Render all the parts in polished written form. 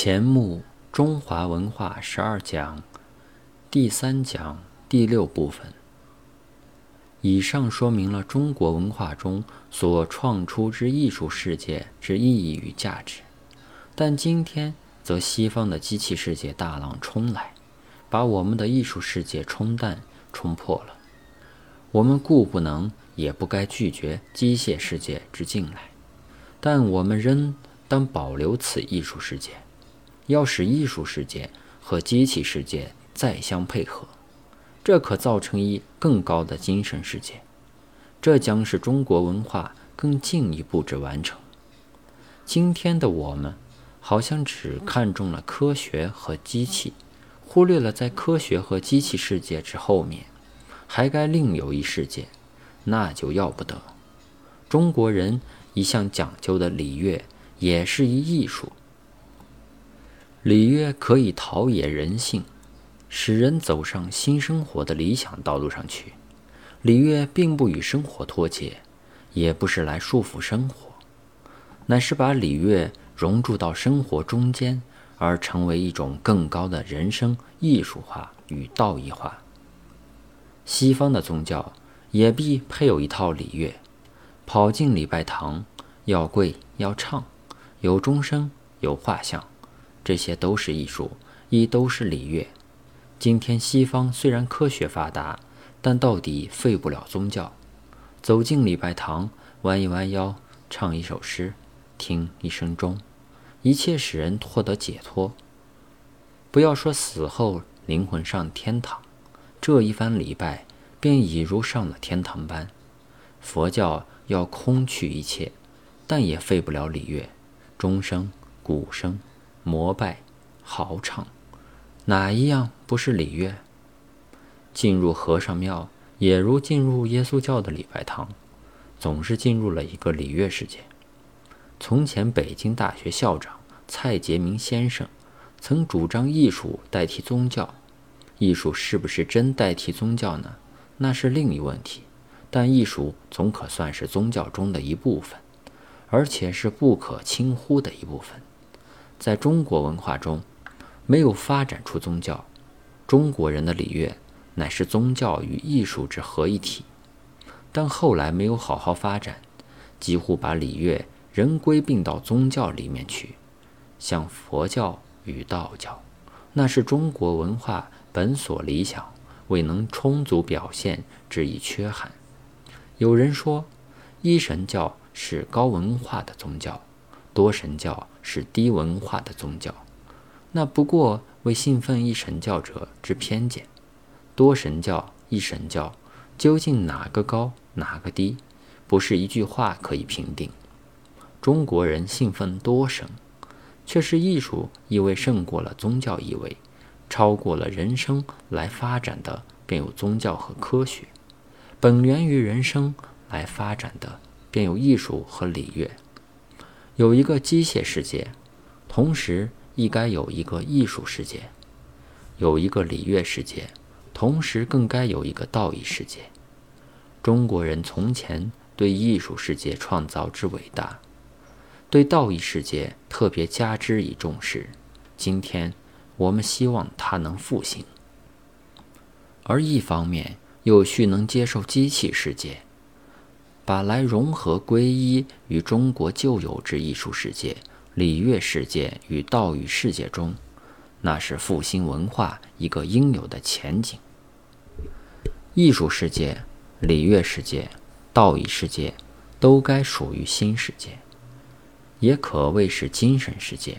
前目中华文化12讲第3讲第6部分。以上说明了中国文化中所创出之艺术世界之意义与价值，但今天则西方的机器世界大浪冲来，把我们的艺术世界冲淡冲破了。我们固不能也不该拒绝机械世界之进来，但我们仍当保留此艺术世界，要使艺术世界和机器世界再相配合，这可造成一更高的精神世界，这将是中国文化更进一步之完成。今天的我们好像只看重了科学和机器，忽略了在科学和机器世界之后面还该另有一世界，那就要不得。中国人一向讲究的礼乐也是一艺术，礼乐可以陶冶人性，使人走上新生活的理想道路上去。礼乐并不与生活脱节，也不是来束缚生活，乃是把礼乐融入到生活中间，而成为一种更高的人生艺术化与道义化。西方的宗教也必配有一套礼乐，跑进礼拜堂要跪要唱，有钟声有画像，这些都是艺术，亦都是礼乐。今天西方虽然科学发达，但到底废不了宗教。走进礼拜堂，弯一弯腰，唱一首诗，听一声钟，一切使人获得解脱。不要说死后灵魂上天堂，这一番礼拜便已如上了天堂般。佛教要空去一切，但也废不了礼乐，钟声、鼓声、膜拜、嚎唱，哪一样不是礼乐？进入和尚庙也如进入耶稣教的礼拜堂，总是进入了一个礼乐世界。从前北京大学校长蔡杰明先生曾主张艺术代替宗教，艺术是不是真代替宗教呢？那是另一问题，但艺术总可算是宗教中的一部分，而且是不可轻忽的一部分。在中国文化中没有发展出宗教，中国人的礼乐乃是宗教与艺术之合一体，但后来没有好好发展，几乎把礼乐仍归并到宗教里面去，像佛教与道教，那是中国文化本所理想未能充足表现之一缺憾。有人说一神教是高文化的宗教，多神教是低文化的宗教，那不过为信奉一神教者之偏见。多神教、一神教究竟哪个高哪个低，不是一句话可以评定。中国人信奉多神，却是艺术意味胜过了宗教意味，超过了人生来发展的便有宗教和科学，本源于人生来发展的便有艺术和礼乐。有一个机械世界，同时亦该有一个艺术世界；有一个礼乐世界，同时更该有一个道义世界。中国人从前对艺术世界创造之伟大，对道义世界特别加之以重视，今天我们希望它能复兴。而一方面又须能接受机器世界，把来融合归一于中国旧有之艺术世界、礼乐世界与道义世界中，那是复兴文化一个应有的前景。艺术世界、礼乐世界、道义世界都该属于新世界，也可谓是精神世界。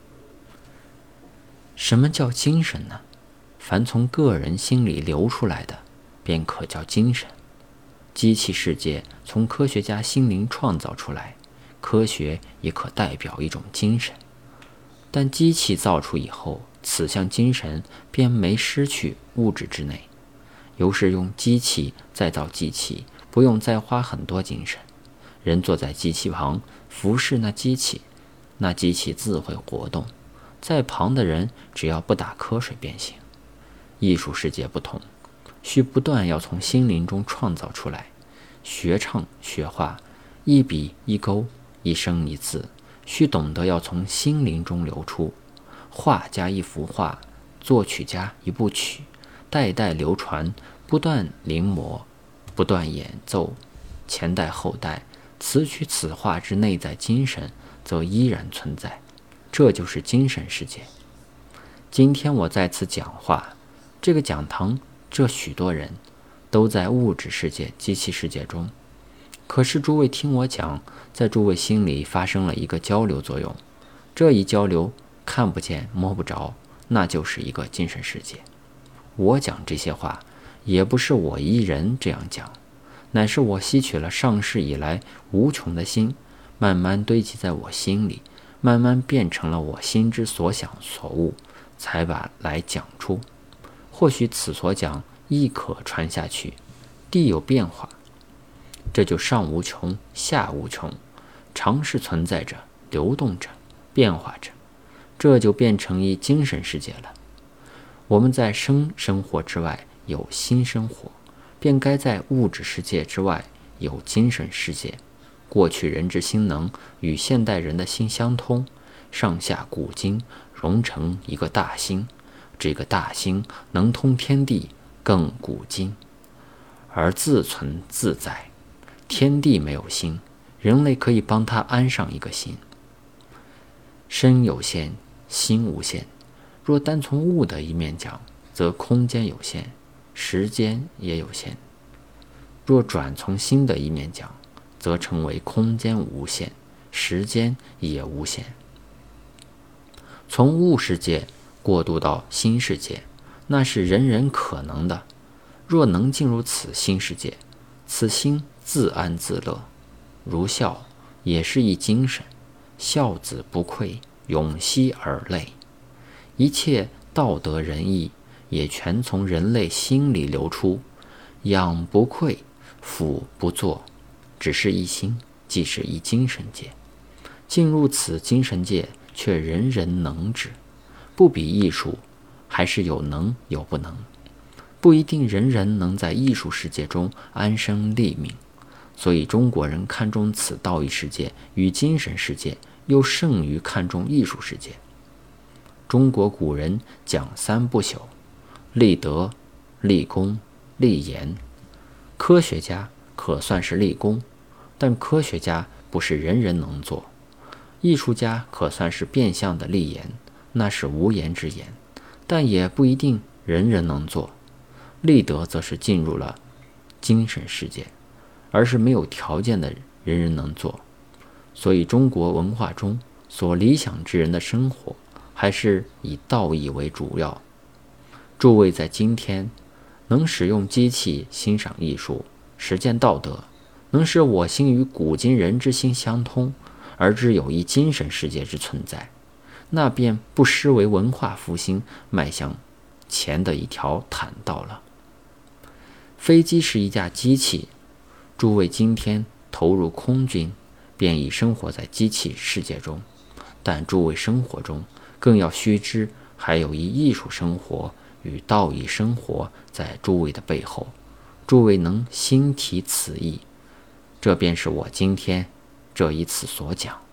什么叫精神呢？凡从个人心里流出来的，便可叫精神。机器世界从科学家心灵创造出来，科学也可代表一种精神。但机器造出以后，此项精神便没失去物质之内，由是用机器再造机器，不用再花很多精神。人坐在机器旁，服侍那机器，那机器自会活动，在旁的人只要不打瞌睡便行。艺术世界不同，需不断要从心灵中创造出来，学唱学画，一笔一勾，一声一字，需懂得要从心灵中流出， 画家一幅画，作曲家一部曲，代代流传，不断临摹，不断演奏，前代后代，此曲此画之内在精神则依然存在，这就是精神世界。今天我在此讲话，这个讲堂，这许多人都在物质世界、机器世界中，可是诸位听我讲，在诸位心里发生了一个交流作用，这一交流看不见摸不着，那就是一个精神世界。我讲这些话也不是我一人这样讲，乃是我吸取了上世以来无穷的心，慢慢堆积在我心里，慢慢变成了我心之所想所悟，才把来讲出。或许此所讲亦可传下去，地有变化，这就上无穷下无穷，常是存在着，流动着，变化着，这就变成一精神世界了。我们在生活之外有心生活，便该在物质世界之外有精神世界。过去人之心能与现代人的心相通，上下古今融成一个大心，这个大心能通天地，更古今，而自存自在。天地没有心，人类可以帮他安上一个心。身有限，心无限。若单从物的一面讲，则空间有限，时间也有限；若转从心的一面讲，则成为空间无限，时间也无限。从物世界过渡到心世界，那是人人可能的。若能进入此心世界，此心自安自乐，如孝也是一精神，孝子不愧，永息而类。一切道德仁义也全从人类心里流出，养不愧，辅不作，只是一心，即是一精神界。进入此精神界，却人人能之，不比艺术，还是有能有不能，不一定人人能在艺术世界中安身立命。所以中国人看重此道义世界与精神世界，又胜于看重艺术世界。中国古人讲三不朽：立德、立功、立言。科学家可算是立功，但科学家不是人人能做；艺术家可算是变相的立言，那是无言之言，但也不一定人人能做。立德则是进入了精神世界，而是没有条件的人人能做。所以中国文化中所理想之人的生活，还是以道义为主要。诸位在今天能使用机器欣赏艺术，实践道德，能使我心与古今人之心相通，而知有一精神世界之存在，那便不失为文化复兴迈向前的一条坦道了。飞机是一架机器，诸位今天投入空军，便已生活在机器世界中，但诸位生活中更要须知，还有一艺术生活与道义生活在诸位的背后。诸位能心体此意，这便是我今天这一次所讲。